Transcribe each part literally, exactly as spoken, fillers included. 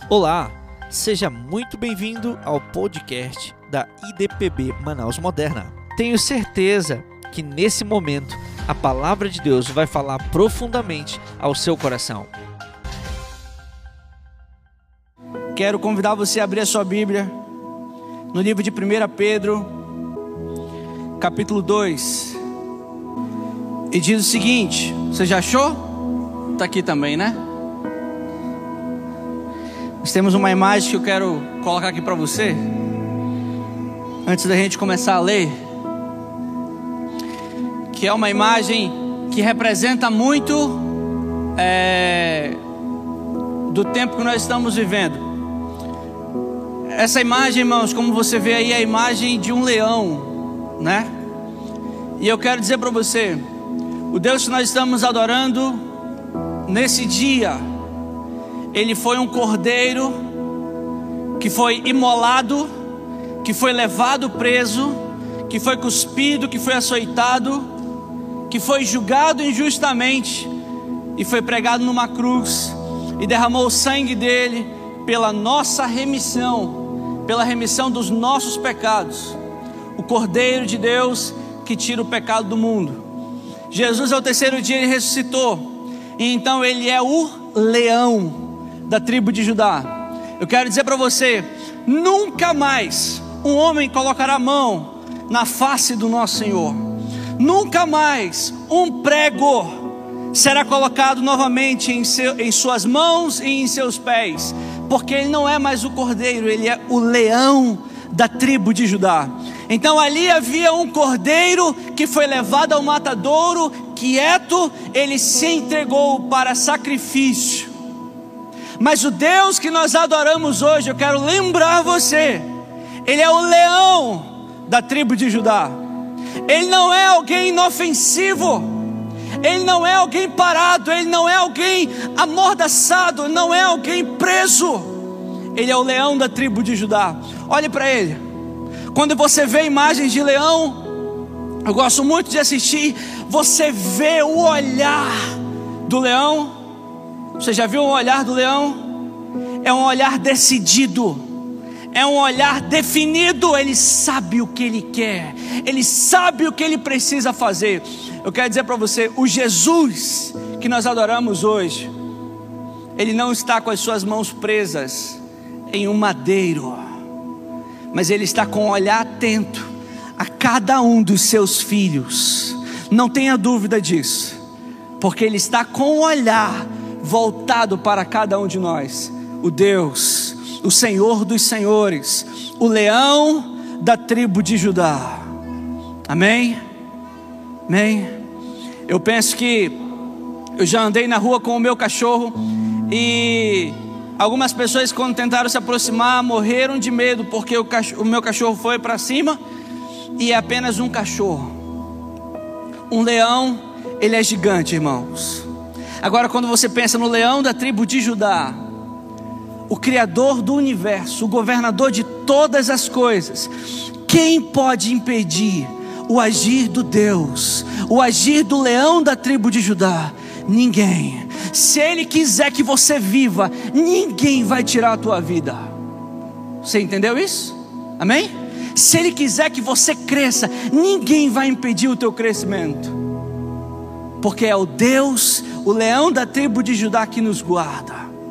Olá, seja muito bem-vindo ao podcast da I D P B Manaus Moderna. Tenho certeza que nesse momento a palavra de Deus vai falar profundamente ao seu coração. Quero convidar você a abrir a sua Bíblia no livro de primeira Pedro, capítulo dois. E diz o seguinte, você já achou? Está aqui também, né? Nós temos uma imagem que eu quero colocar aqui para você, antes da gente começar a ler, que é uma imagem que representa muito é, do tempo que nós estamos vivendo. Essa imagem, irmãos, como você vê aí, é a imagem de um leão, né? E eu quero dizer para você, o Deus que nós estamos adorando nesse dia, Ele foi um cordeiro que foi imolado, que foi levado preso, que foi cuspido, que foi açoitado, que foi julgado injustamente e foi pregado numa cruz e derramou o sangue dele pela nossa remissão, pela remissão dos nossos pecados. O Cordeiro de Deus que tira o pecado do mundo. Jesus, ao terceiro dia, Ele ressuscitou, e então Ele é o leão da tribo de Judá. Eu quero dizer para você, nunca mais um homem colocará a mão na face do nosso Senhor. Nunca mais um prego será colocado novamente em, seu, em suas mãos e em seus pés, porque Ele não é mais o cordeiro, Ele é o leão da tribo de Judá. Então ali havia um cordeiro que foi levado ao matadouro, quieto, ele se entregou para sacrifício. Mas o Deus que nós adoramos hoje, eu quero lembrar você, Ele é o leão da tribo de Judá. Ele não é alguém inofensivo, Ele não é alguém parado, Ele não é alguém amordaçado, não é alguém preso. Ele é o leão da tribo de Judá. Olhe para Ele. Quando você vê imagens de leão, eu gosto muito de assistir, você vê o olhar do leão. Você já viu o olhar do leão? É um olhar decidido, é um olhar definido. Ele sabe o que ele quer, ele sabe o que ele precisa fazer. Eu quero dizer para você, o Jesus que nós adoramos hoje, Ele não está com as suas mãos presas em um madeiro, mas Ele está com um olhar atento a cada um dos seus filhos. Não tenha dúvida disso, porque Ele está com um olhar voltado para cada um de nós. O Deus, o Senhor dos senhores, o leão da tribo de Judá. Amém? Amém? Eu penso que eu já andei na rua com o meu cachorro e algumas pessoas, quando tentaram se aproximar, morreram de medo, porque o, cachorro, o meu cachorro foi para cima e é apenas um cachorro. Um leão, ele é gigante, irmãos. Agora, quando você pensa no leão da tribo de Judá, o Criador do universo, o governador de todas as coisas, quem pode impedir o agir do Deus, o agir do leão da tribo de Judá? Ninguém. Se Ele quiser que você viva, ninguém vai tirar a tua vida. Você entendeu isso? Amém? Se Ele quiser que você cresça, ninguém vai impedir o teu crescimento, porque é o Deus, o leão da tribo de Judá que nos guarda.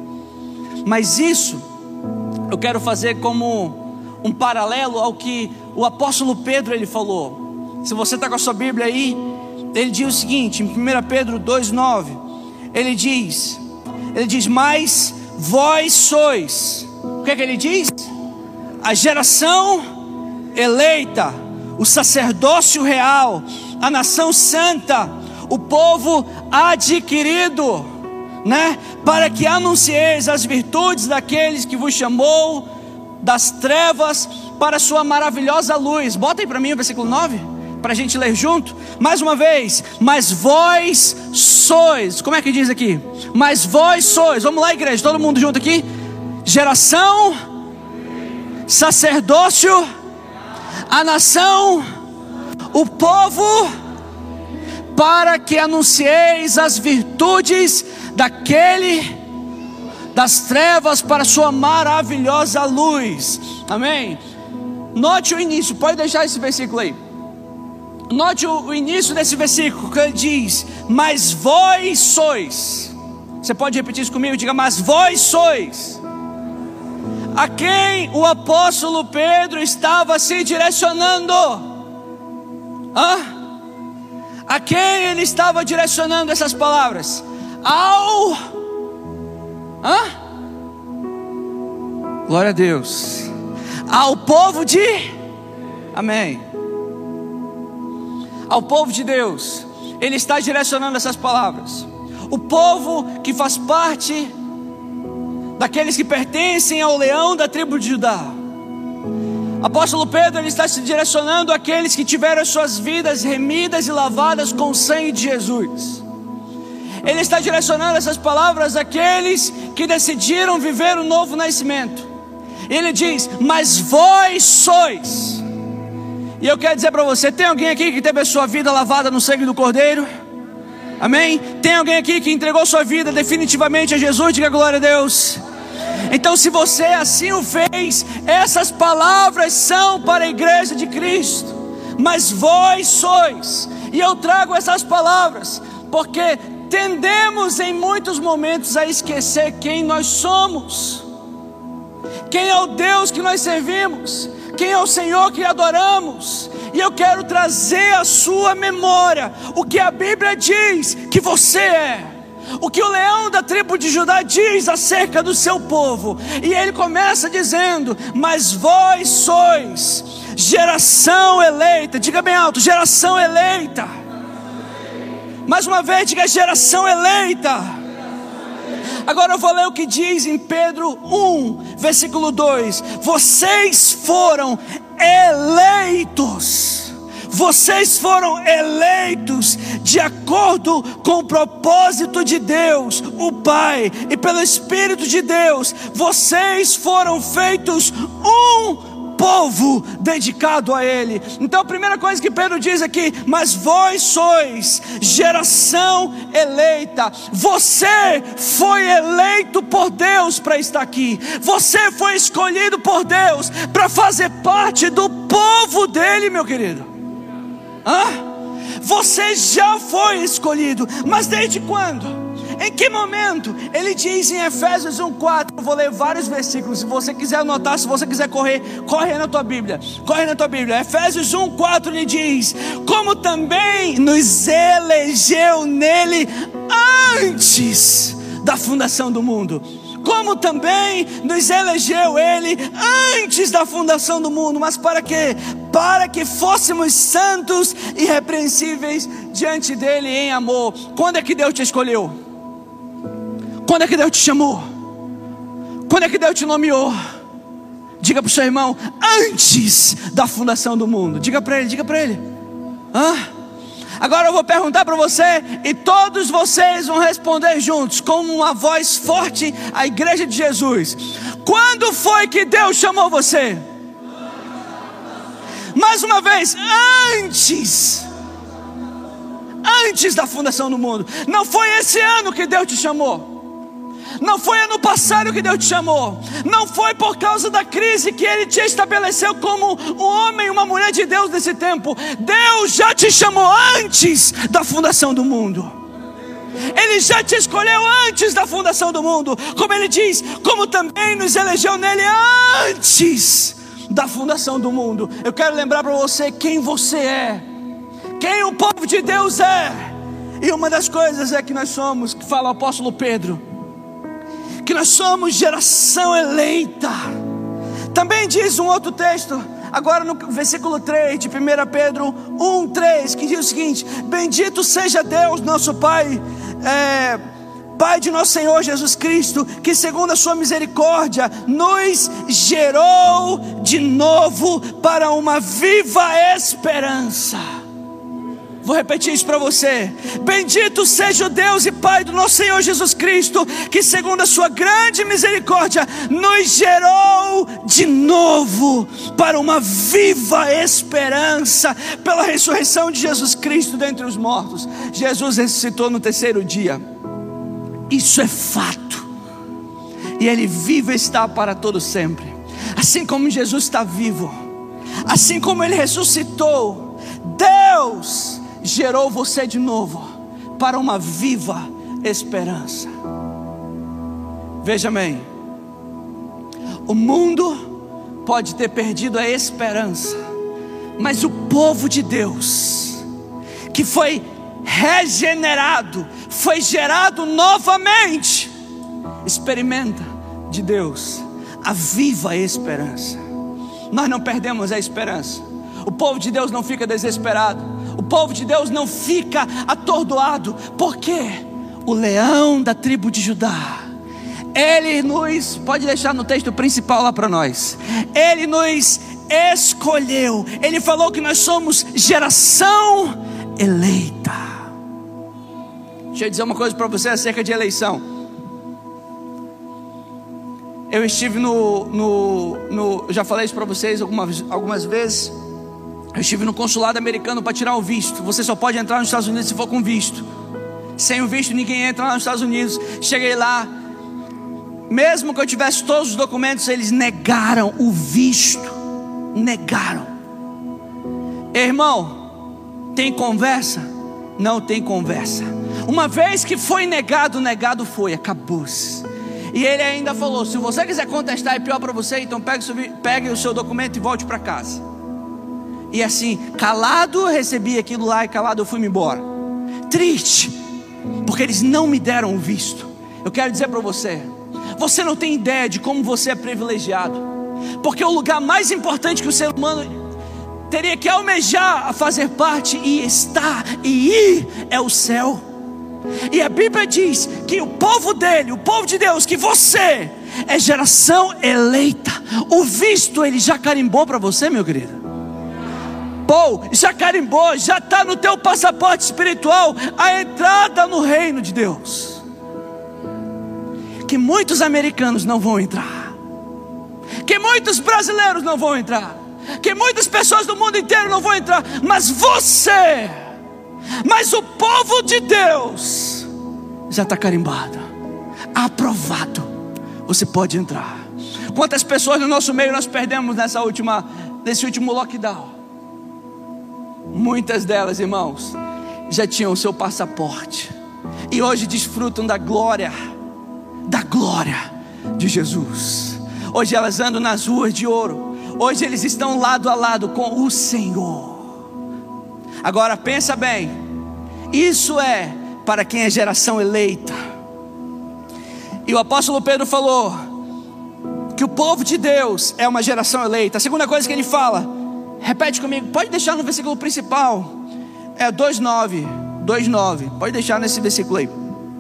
Mas isso eu quero fazer como um paralelo ao que o apóstolo Pedro ele falou. Se você está com a sua Bíblia aí, ele diz o seguinte, em primeira Pedro dois, nove, ele diz, ele diz, mas vós sois, o que é que ele diz? A geração eleita, o sacerdócio real, a nação santa, o povo adquirido, né? Para que anuncieis as virtudes daqueles que vos chamou das trevas para a sua maravilhosa luz. Bota aí para mim o versículo nove, para a gente ler junto, mais uma vez. Mas vós sois, como é que diz aqui? Mas vós sois, vamos lá igreja, todo mundo junto aqui. Geração, sacerdócio, a nação, o povo, para que anuncieis as virtudes daquele das trevas para a sua maravilhosa luz. Amém? Note o início, pode deixar esse versículo aí. Note o, o início desse versículo, que ele diz: mas vós sois. Você pode repetir isso comigo? Diga: mas vós sois. A quem o apóstolo Pedro estava se direcionando? Hã? A quem ele estava direcionando essas palavras? Ao... Hã? Glória a Deus. Ao povo de... Amém. Ao povo de Deus. Ele está direcionando essas palavras. O povo que faz parte daqueles que pertencem ao leão da tribo de Judá. Apóstolo Pedro, ele está se direcionando àqueles que tiveram as suas vidas remidas e lavadas com o sangue de Jesus. Ele está direcionando essas palavras àqueles que decidiram viver um novo nascimento. Ele diz: mas vós sois. E eu quero dizer para você, tem alguém aqui que teve a sua vida lavada no sangue do Cordeiro? Amém? Tem alguém aqui que entregou sua vida definitivamente a Jesus? Diga glória a Deus. Então, se você assim o fez, essas palavras são para a igreja de Cristo. Mas vós sois. E eu trago essas palavras porque tendemos em muitos momentos a esquecer quem nós somos, quem é o Deus que nós servimos, quem é o Senhor que adoramos. E eu quero trazer à sua memória o que a Bíblia diz que você é, o que o leão da tribo de Judá diz acerca do seu povo. E ele começa dizendo: mas vós sois geração eleita. Diga bem alto: geração eleita. Mais uma vez, diga: geração eleita. Agora eu vou ler o que diz em Pedro um, versículo dois. Vocês foram eleitos. Vocês foram eleitos de acordo com o propósito de Deus, o Pai, e pelo Espírito de Deus, vocês foram feitos um povo dedicado a Ele. Então a primeira coisa que Pedro diz aqui: mas vós sois geração eleita. Você foi eleito por Deus para estar aqui. Você foi escolhido por Deus para fazer parte do povo dele, meu querido. Hã? Você já foi escolhido. Mas desde quando? Em que momento? Ele diz em Efésios um, quatro. Eu vou ler vários versículos. Se você quiser anotar, se você quiser correr, corre na tua Bíblia. Corre na tua Bíblia. Efésios um, quatro, ele diz: como também nos elegeu nele antes da fundação do mundo. Como também nos elegeu Ele antes da fundação do mundo. Mas para quê? Para que fôssemos santos e irrepreensíveis diante dEle em amor. Quando é que Deus te escolheu? Quando é que Deus te chamou? Quando é que Deus te nomeou? Diga para o seu irmão: antes da fundação do mundo. Diga para ele, diga para ele. Hã? Agora eu vou perguntar para você, e todos vocês vão responder juntos, com uma voz forte, a igreja de Jesus: quando foi que Deus chamou você? Mais uma vez: antes. Antes da fundação do mundo. Não foi esse ano que Deus te chamou. Não foi ano passado que Deus te chamou. Não foi por causa da crise que Ele te estabeleceu como um homem e uma mulher de Deus nesse tempo. Deus já te chamou antes da fundação do mundo. Ele já te escolheu antes da fundação do mundo. Como Ele diz: como também nos elegeu nele antes da fundação do mundo. Eu quero lembrar para você quem você é, quem o povo de Deus é. E uma das coisas é que nós somos, que fala o apóstolo Pedro, que nós somos geração eleita. Também diz um outro texto, agora no versículo três de primeira Pedro um, três, que diz o seguinte: bendito seja Deus nosso Pai, é, Pai de nosso Senhor Jesus Cristo, que segundo a sua misericórdia nos gerou de novo para uma viva esperança. Vou repetir isso para você: bendito seja o Deus e Pai do nosso Senhor Jesus Cristo, que segundo a sua grande misericórdia nos gerou de novo para uma viva esperança, pela ressurreição de Jesus Cristo dentre os mortos. Jesus ressuscitou no terceiro dia. Isso é fato. e Ele vivo está para todo sempre. Assim como Jesus está vivo, assim como Ele ressuscitou, Deus gerou você de novo para uma viva esperança. Veja bem, o mundo pode ter perdido a esperança, mas o povo de Deus, que foi regenerado, foi gerado novamente, experimenta de Deus a viva esperança. Nós não perdemos a esperança. O povo de Deus não fica desesperado, o povo de Deus não fica atordoado, porque o leão da tribo de Judá, Ele nos, pode deixar no texto principal lá para nós, Ele nos escolheu. Ele falou que nós somos geração eleita. Deixa eu dizer uma coisa para você acerca de eleição. Eu estive no, no, no já falei isso para vocês algumas, algumas vezes. Eu estive no consulado americano para tirar o visto. Você só pode entrar nos Estados Unidos se for com visto. Sem o visto ninguém entra lá nos Estados Unidos. Cheguei lá, mesmo que eu tivesse todos os documentos, eles negaram o visto. Negaram. Irmão, tem conversa? Não tem conversa. Uma vez que foi negado, negado foi, acabou-se. E ele ainda falou: se você quiser contestar é pior para você, então pegue o, seu, pegue o seu documento e volte para casa. E assim, calado eu recebi aquilo lá e calado eu fui-me embora. Triste, porque eles não me deram o visto. Eu quero dizer para você, você não tem ideia de como você é privilegiado, porque o lugar mais importante que o ser humano teria que almejar a fazer parte e estar e ir é o céu. E a Bíblia diz que o povo dele, o povo de Deus, que você é geração eleita. O visto ele já carimbou para você, meu querido. Pô, já carimbou, já está no teu passaporte espiritual a entrada no reino de Deus. Que muitos americanos não vão entrar, que muitos brasileiros não vão entrar, que muitas pessoas do mundo inteiro não vão entrar, mas você, mas o povo de Deus já está carimbado, aprovado, você pode entrar. Quantas pessoas no nosso meio nós perdemos nessa última, nesse último lockdown? Muitas delas, irmãos, já tinham o seu passaporte e hoje desfrutam da glória, da glória de Jesus. Hoje elas andam nas ruas de ouro, hoje eles estão lado a lado com o Senhor. Agora pensa bem, isso é para quem é geração eleita. E o apóstolo Pedro falou que o povo de Deus é uma geração eleita. A segunda coisa que ele fala, repete comigo, pode deixar no versículo principal, é dois nove, dois nove, pode deixar nesse versículo aí.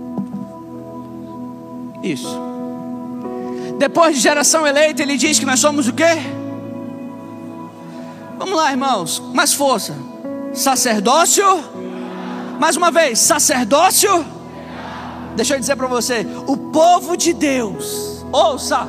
Isso. Depois de geração eleita, ele diz que nós somos o quê? Vamos lá, irmãos, mais força. Sacerdócio. Mais uma vez, sacerdócio. Deixa eu dizer para você, o povo de Deus, ouça,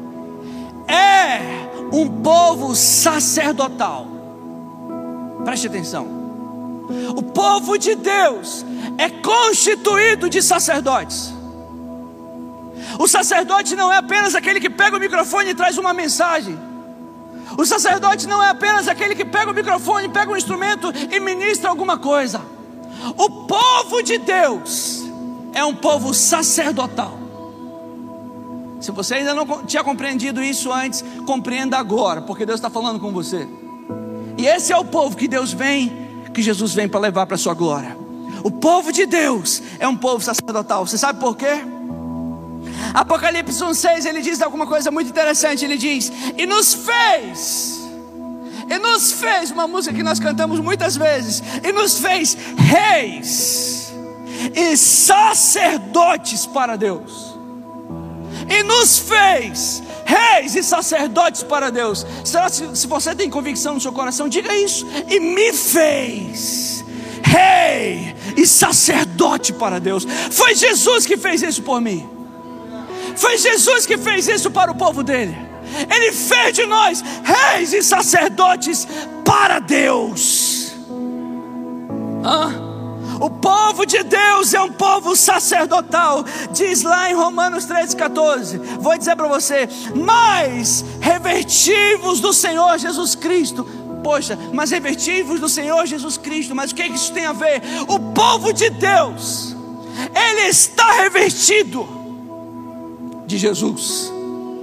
é um povo sacerdotal. Preste atenção. O povo de Deus é constituído de sacerdotes. O sacerdote não é apenas aquele que pega o microfone e traz uma mensagem. O sacerdote não é apenas aquele que pega o microfone, pega um instrumento e ministra alguma coisa. O povo de Deus é um povo sacerdotal. Se você ainda não tinha compreendido isso antes, compreenda agora, porque Deus está falando com você. E esse é o povo que Deus vem, que Jesus vem para levar para a sua glória. O povo de Deus é um povo sacerdotal. Você sabe por quê? Apocalipse um seis, ele diz alguma coisa muito interessante. Ele diz, e nos fez E nos fez, uma música que nós cantamos muitas vezes, e nos fez reis e sacerdotes para Deus. E nos fez reis e sacerdotes para Deus. Será que se você tem convicção no seu coração, diga isso. E me fez rei e sacerdote para Deus. Foi Jesus que fez isso por mim. Foi Jesus que fez isso para o povo dele. Ele fez de nós reis e sacerdotes para Deus. Hã? O povo de Deus é um povo sacerdotal. Diz lá em Romanos treze, quatorze. Vou dizer para você: mas revestivos do Senhor Jesus Cristo. Poxa, mas revestivos do Senhor Jesus Cristo. Mas o que isso tem a ver? O povo de Deus, ele está revestido de Jesus.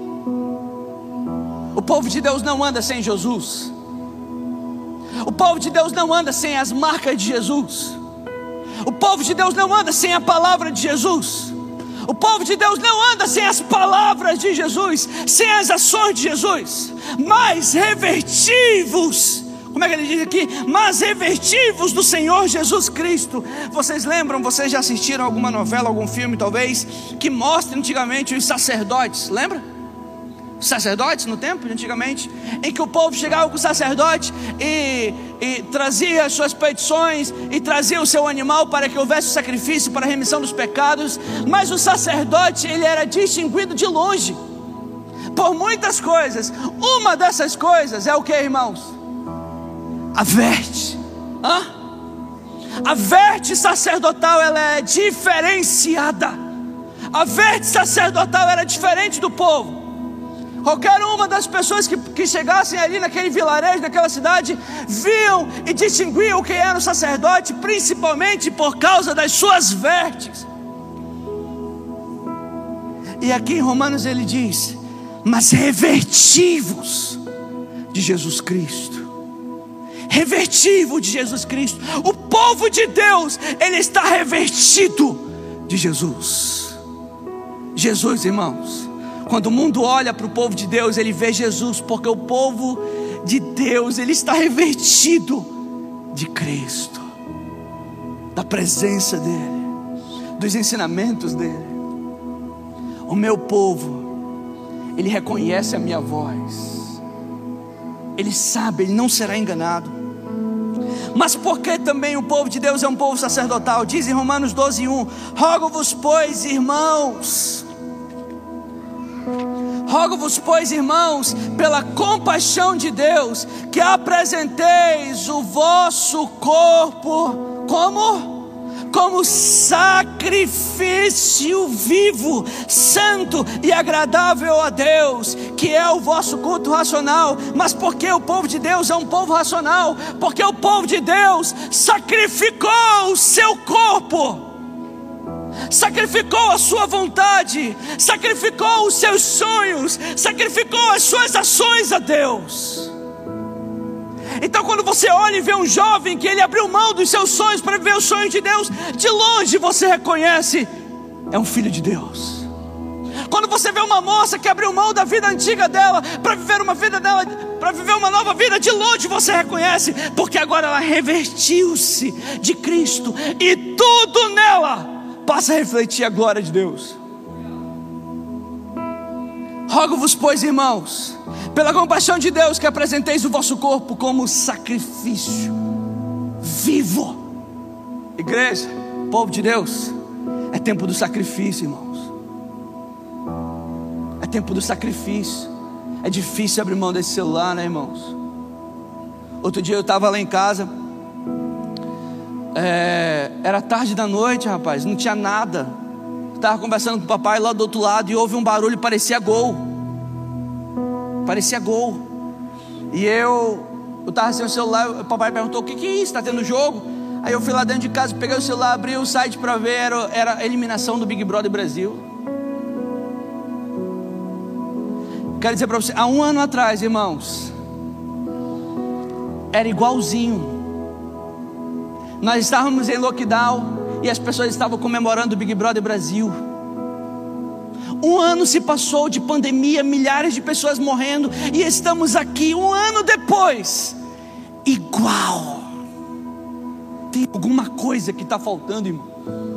O povo de Deus não anda sem Jesus. O povo de Deus não anda sem as marcas de Jesus. O povo de Deus não anda sem a palavra de Jesus. O povo de Deus não anda sem as palavras de Jesus, sem as ações de Jesus. Mas revestivos, como é que ele diz aqui? Mas revestivos do Senhor Jesus Cristo. Vocês lembram, vocês já assistiram alguma novela, algum filme talvez, que mostra antigamente os sacerdotes, lembra? Sacerdotes no tempo de antigamente, em que o povo chegava com o sacerdote e, e trazia as suas petições e trazia o seu animal para que houvesse o sacrifício para a remissão dos pecados. Mas o sacerdote, ele era distinguido de longe por muitas coisas. Uma dessas coisas é o que, irmãos? A veste. Hã? A veste sacerdotal, ela é diferenciada. A veste sacerdotal era diferente do povo. Qualquer uma das pessoas que, que chegassem ali naquele vilarejo, naquela cidade, viam e distinguiam quem era o sacerdote, principalmente por causa das suas vestes. E aqui em Romanos ele diz: mas revestivos de Jesus Cristo. Revestivo de Jesus Cristo. O povo de Deus, ele está revestido de Jesus. Jesus, irmãos, quando o mundo olha para o povo de Deus, ele vê Jesus, porque o povo de Deus, ele está revestido de Cristo, da presença dele, dos ensinamentos dele. O meu povo, ele reconhece a minha voz, ele sabe, ele não será enganado. Mas porque também o povo de Deus é um povo sacerdotal? Diz em Romanos doze, um: rogo-vos, pois, irmãos, Rogo-vos, pois, irmãos, pela compaixão de Deus, que apresenteis o vosso corpo como? Como sacrifício vivo, santo e agradável a Deus, que é o vosso culto racional. Mas porque o povo de Deus é um povo racional? Porque o povo de Deus sacrificou o seu corpo, sacrificou a sua vontade, sacrificou os seus sonhos, sacrificou as suas ações a Deus. Então quando você olha e vê um jovem que ele abriu mão dos seus sonhos para viver os sonhos de Deus, de longe você reconhece, é um filho de Deus. Quando você vê uma moça que abriu mão da vida antiga dela para viver uma vida dela, para viver uma nova vida, de longe você reconhece, porque agora ela revestiu-se de Cristo e tudo nela passa a refletir a glória de Deus. Rogo-vos, pois, irmãos, pela compaixão de Deus, que apresenteis o vosso corpo como sacrifício vivo. Igreja, povo de Deus, é tempo do sacrifício, irmãos. É tempo do sacrifício. É difícil abrir mão desse celular, né, irmãos? Outro dia eu estava lá em casa, É, era tarde da noite, rapaz, não tinha nada. Estava conversando com o papai lá do outro lado e houve um barulho, parecia gol. Parecia gol. E eu eu estava sem o celular, o papai perguntou: o que, que é isso? Está tendo jogo? Aí eu fui lá dentro de casa, peguei o celular, abri o site para ver, era, era a eliminação do Big Brother Brasil. Quero dizer para você, há um ano atrás, irmãos, era igualzinho. Nós estávamos em lockdown e as pessoas estavam comemorando o Big Brother Brasil. Um ano se passou de pandemia, milhares de pessoas morrendo, e estamos aqui um ano depois, igual. Tem alguma coisa que está faltando, irmão.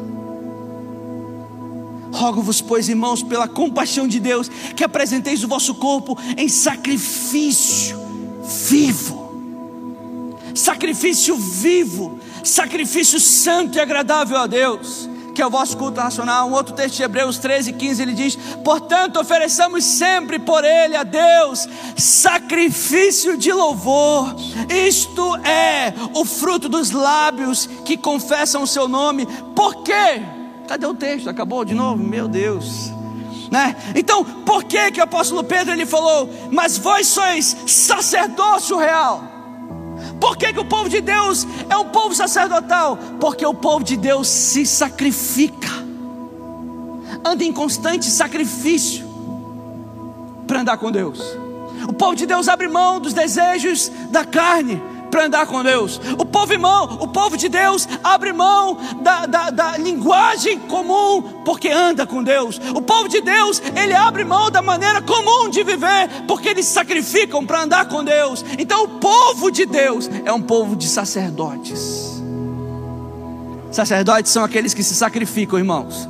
Rogo-vos, pois, irmãos, pela compaixão de Deus, que apresenteis o vosso corpo em sacrifício vivo. Sacrifício vivo, sacrifício santo e agradável a Deus, que é o vosso culto racional. Um outro texto de Hebreus treze, quinze, ele diz: portanto, ofereçamos sempre por ele a Deus sacrifício de louvor, isto é o fruto dos lábios que confessam o seu nome. Por quê? Cadê o texto? Acabou de novo? Meu Deus, né? Então, por que que o apóstolo Pedro ele falou: mas vós sois sacerdócio real? Por que que o povo de Deus é um povo sacerdotal? Porque o povo de Deus se sacrifica, anda em constante sacrifício para andar com Deus. O povo de Deus abre mão dos desejos da carne para andar com Deus. O povo, irmão, o povo de Deus abre mão da, da, da linguagem comum porque anda com Deus. O povo de Deus, ele abre mão da maneira comum de viver porque eles se sacrificam para andar com Deus. Então o povo de Deus é um povo de sacerdotes. Sacerdotes são aqueles que se sacrificam, irmãos.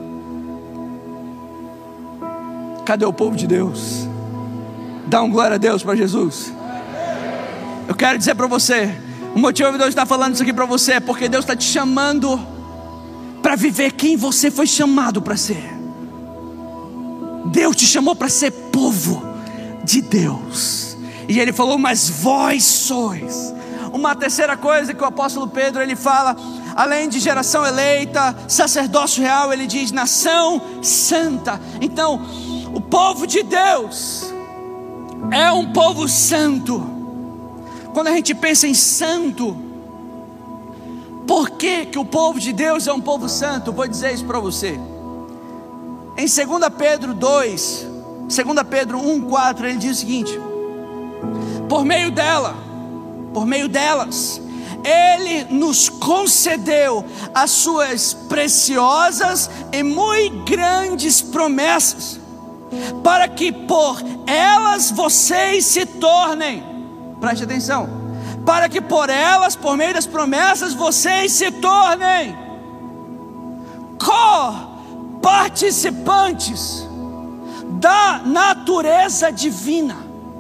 Cadê o povo de Deus? Dá um glória a Deus para Jesus. Eu quero dizer para você, o motivo de Deus estar falando isso aqui para você é porque Deus está te chamando para viver quem você foi chamado para ser. Deus te chamou para ser povo de Deus. E Ele falou: mas vós sois. Uma terceira coisa que o apóstolo Pedro ele fala, além de geração eleita, sacerdócio real, ele diz nação santa. Então, o povo de Deus é um povo santo. Quando a gente pensa em santo, por que que o povo de Deus é um povo santo? Vou dizer isso para você. Em segunda Pedro dois, segunda Pedro um, quatro, ele diz o seguinte: por meio dela, por meio delas, Ele nos concedeu as suas preciosas e muito grandes promessas, para que por elas vocês se tornem, preste atenção, para que por elas, por meio das promessas, vocês se tornem co-participantes da natureza divina.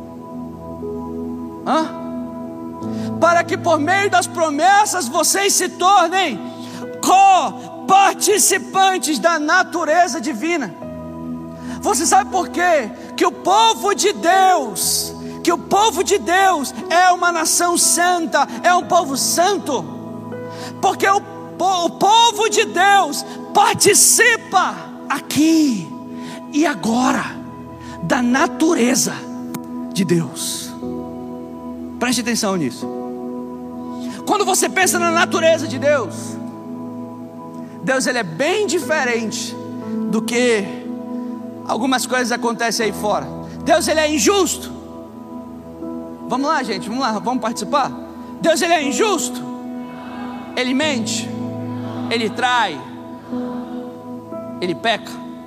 Hã? Para que por meio das promessas vocês se tornem co-participantes da natureza divina. Você sabe por quê? Que o povo de Deus, que o povo de Deus é uma nação santa, é um povo santo, porque o, o povo de Deus participa aqui e agora da natureza de Deus. Preste atenção nisso. Quando você pensa na natureza de Deus, Deus ele é bem diferente do que algumas coisas acontecem aí fora. Deus ele é injusto. Vamos lá, gente, vamos lá, vamos participar. Deus ele é injusto. Ele mente. Ele trai. Ele peca.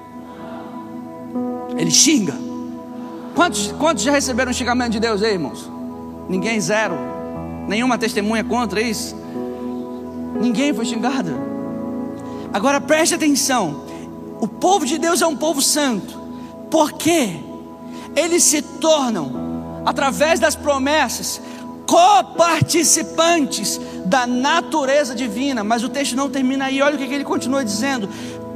Ele xinga. Quantos, quantos já receberam o xingamento de Deus aí, irmãos? Ninguém, zero. Nenhuma testemunha contra isso. Ninguém foi xingado. Agora preste atenção. O povo de Deus é um povo santo, porque eles se tornam, através das promessas, coparticipantes da natureza divina. Mas o texto não termina aí. Olha o que ele continua dizendo: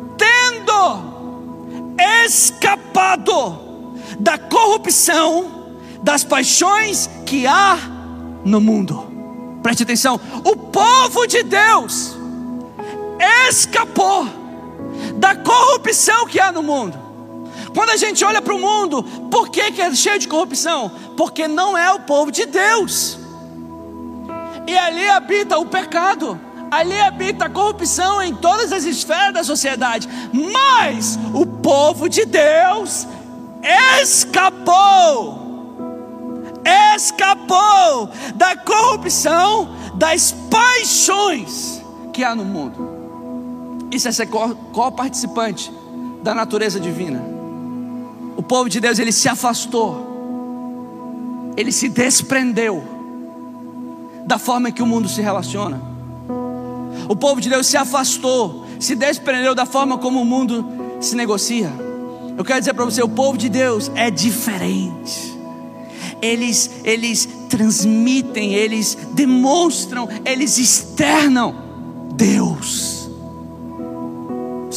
tendo escapado da corrupção das paixões que há no mundo. Preste atenção. O povo de Deus escapou da corrupção que há no mundo. Quando a gente olha para o mundo, por que que é cheio de corrupção? Porque não é o povo de Deus. E ali habita o pecado, ali habita a corrupção em todas as esferas da sociedade. Mas o povo de Deus escapou Escapou da corrupção das paixões que há no mundo. Isso é ser co-participante da natureza divina. O povo de Deus, ele se afastou, ele se desprendeu da forma que o mundo se relaciona. O povo de Deus se afastou, se desprendeu da forma como o mundo se negocia. Eu quero dizer para você, o povo de Deus é diferente. Eles, eles transmitem, eles demonstram, eles externam Deus.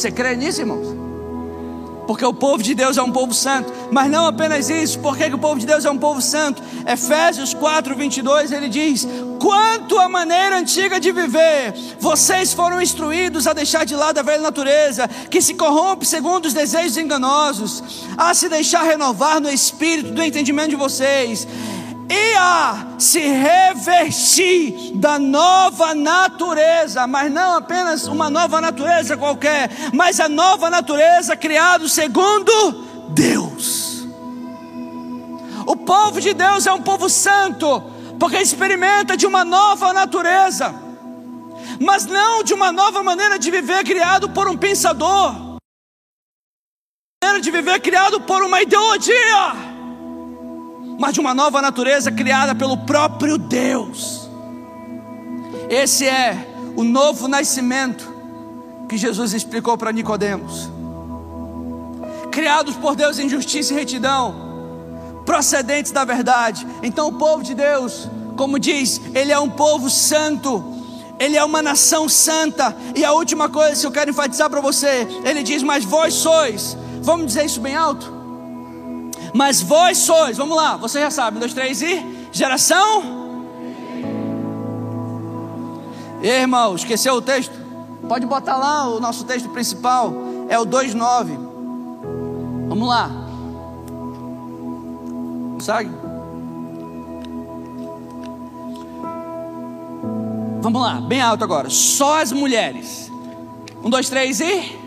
Você crê nisso, irmãos? Porque o povo de Deus é um povo santo. Mas não apenas isso. Por que que o povo de Deus é um povo santo? Efésios quatro, vinte e dois, ele diz: quanto à maneira antiga de viver, vocês foram instruídos a deixar de lado a velha natureza, que se corrompe segundo os desejos enganosos, a se deixar renovar no espírito do entendimento de vocês, e a se revestir da nova natureza. Mas não apenas uma nova natureza qualquer, mas a nova natureza criada segundo Deus. O povo de Deus é um povo santo, porque experimenta de uma nova natureza, mas não de uma nova maneira de viver criado por um pensador, maneira de viver criado por uma ideologia, mas de uma nova natureza criada pelo próprio Deus. Esse é o novo nascimento que Jesus explicou para Nicodemos. Criados por Deus em justiça e retidão, procedentes da verdade. Então o povo de Deus, como diz, ele é um povo santo, ele é uma nação santa. E a última coisa que eu quero enfatizar para você, ele diz: mas vós sois, vamos dizer isso bem alto? Mas vós sois, vamos lá, você já sabe, um, dois, três e geração. E, irmão, esqueceu o texto? Pode botar lá o nosso texto principal, é o dois nove. Vamos lá. Sabe? Vamos lá, bem alto agora. Só as mulheres. Um, dois, três e...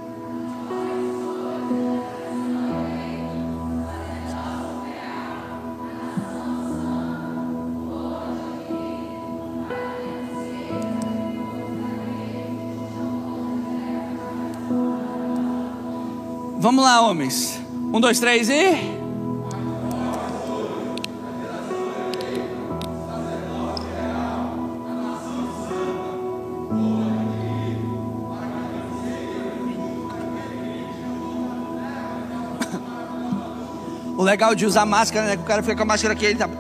Vamos lá, homens. Um, dois, três e... O legal de usar máscara, né? Que o cara fica com a máscara aqui, ele tá...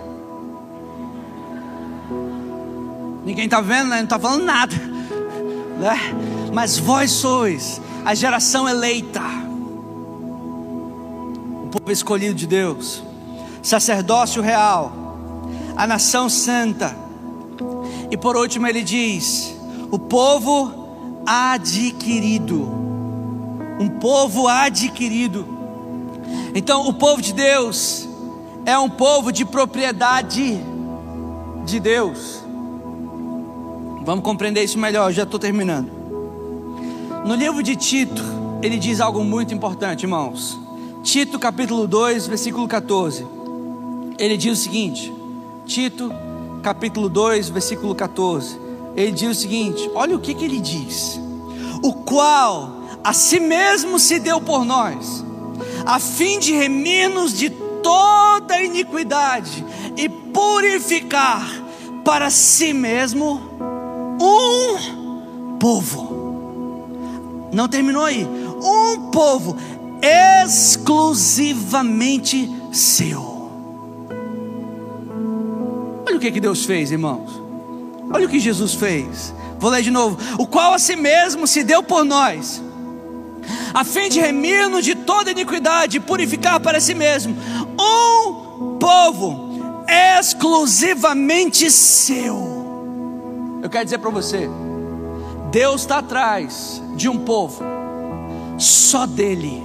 Ninguém tá vendo, né? Não tá falando nada, né? Mas vós sois a geração eleita, o povo escolhido de Deus, sacerdócio real, a nação santa. E por último ele diz: o povo adquirido. Um povo adquirido. Então o povo de Deus é um povo de propriedade de Deus. Vamos compreender isso melhor, eu já estou terminando. No livro de Tito, ele diz algo muito importante, irmãos. Tito capítulo dois, versículo catorze. Ele diz o seguinte, Tito capítulo dois, versículo catorze. Ele diz o seguinte, olha o que, que ele diz: o qual a si mesmo se deu por nós, a fim de remir-nos de toda iniquidade e purificar para si mesmo um povo. Não terminou aí. Um povo exclusivamente seu. Olha o que, que Deus fez, irmãos. Olha o que Jesus fez. Vou ler de novo. O qual a si mesmo se deu por nós, a fim de remir-nos de toda iniquidade e purificar para si mesmo um povo exclusivamente seu. Eu quero dizer para você, Deus está atrás de um povo só dele.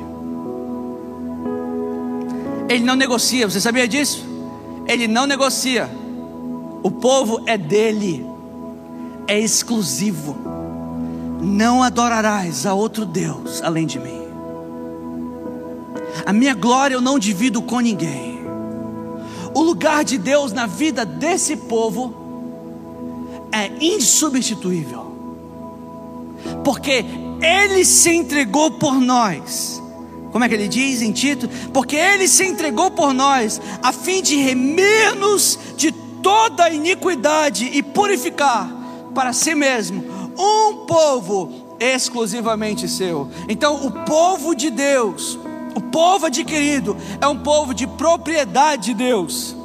Ele não negocia, você sabia disso? Ele não negocia. O povo é dele, é exclusivo. Não adorarás a outro Deus além de mim. A minha glória eu não divido com ninguém. O lugar de Deus na vida desse povo é insubstituível, porque Ele se entregou por nós. Como é que ele diz em Tito? Porque Ele se entregou por nós, a fim de remir-nos de toda a iniquidade e purificar para si mesmo um povo exclusivamente seu. Então o povo de Deus, o povo adquirido, é um povo de propriedade de Deus.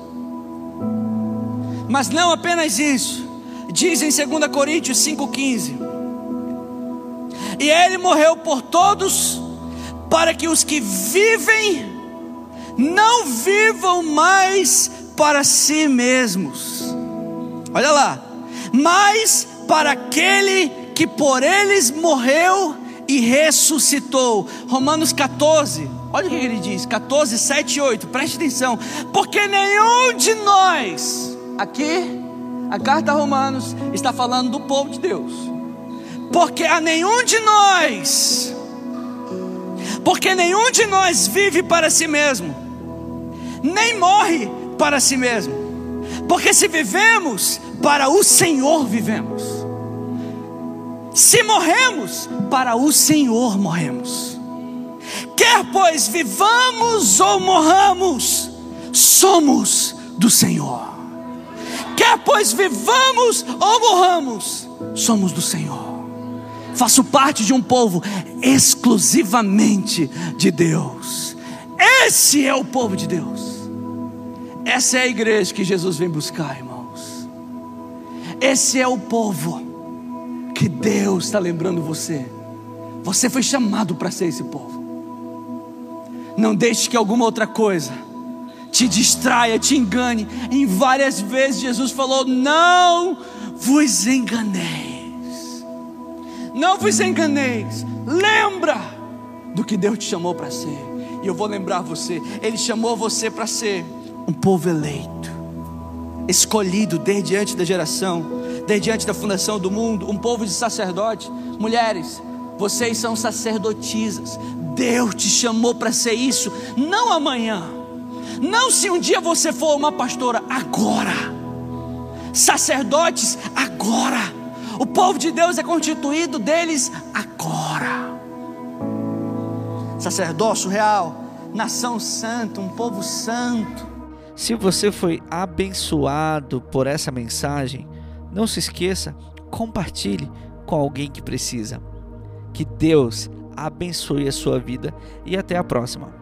Mas não apenas isso. Diz em dois Coríntios cinco quinze: E Ele morreu por todos, para que os que vivem não vivam mais para si mesmos. Olha lá. Mas para aquele que por eles morreu e ressuscitou. Romanos catorze, olha o que ele diz, catorze, sete e oito, preste atenção. Porque nenhum de nós, aqui a carta a Romanos está falando do povo de Deus. Porque a nenhum de nós, porque nenhum de nós vive para si mesmo, nem morre para si mesmo. Porque se vivemos, para o Senhor vivemos. Se morremos, para o Senhor morremos. Quer pois vivamos ou morramos, somos do Senhor. Quer pois vivamos ou morramos, somos do Senhor. Faço parte de um povo exclusivamente de Deus. Esse é o povo de Deus. Essa é a igreja que Jesus vem buscar, irmãos. Esse é o povo que Deus está lembrando você. Você foi chamado para ser esse povo. Não deixe que alguma outra coisa te distraia, te engane. Em várias vezes Jesus falou: não vos enganeis. Não vos enganeis. Lembra do que Deus te chamou para ser. E eu vou lembrar você. Ele chamou você para ser um povo eleito, escolhido desde antes da geração, desde antes da fundação do mundo, um povo de sacerdotes. Mulheres, vocês são sacerdotisas. Deus te chamou para ser isso. Não amanhã, não se um dia você for uma pastora, agora. Sacerdotes, agora. O povo de Deus é constituído deles agora. Sacerdócio real, nação santa, um povo santo. Se você foi abençoado por essa mensagem, não se esqueça, compartilhe com alguém que precisa. Que Deus abençoe a sua vida e até a próxima.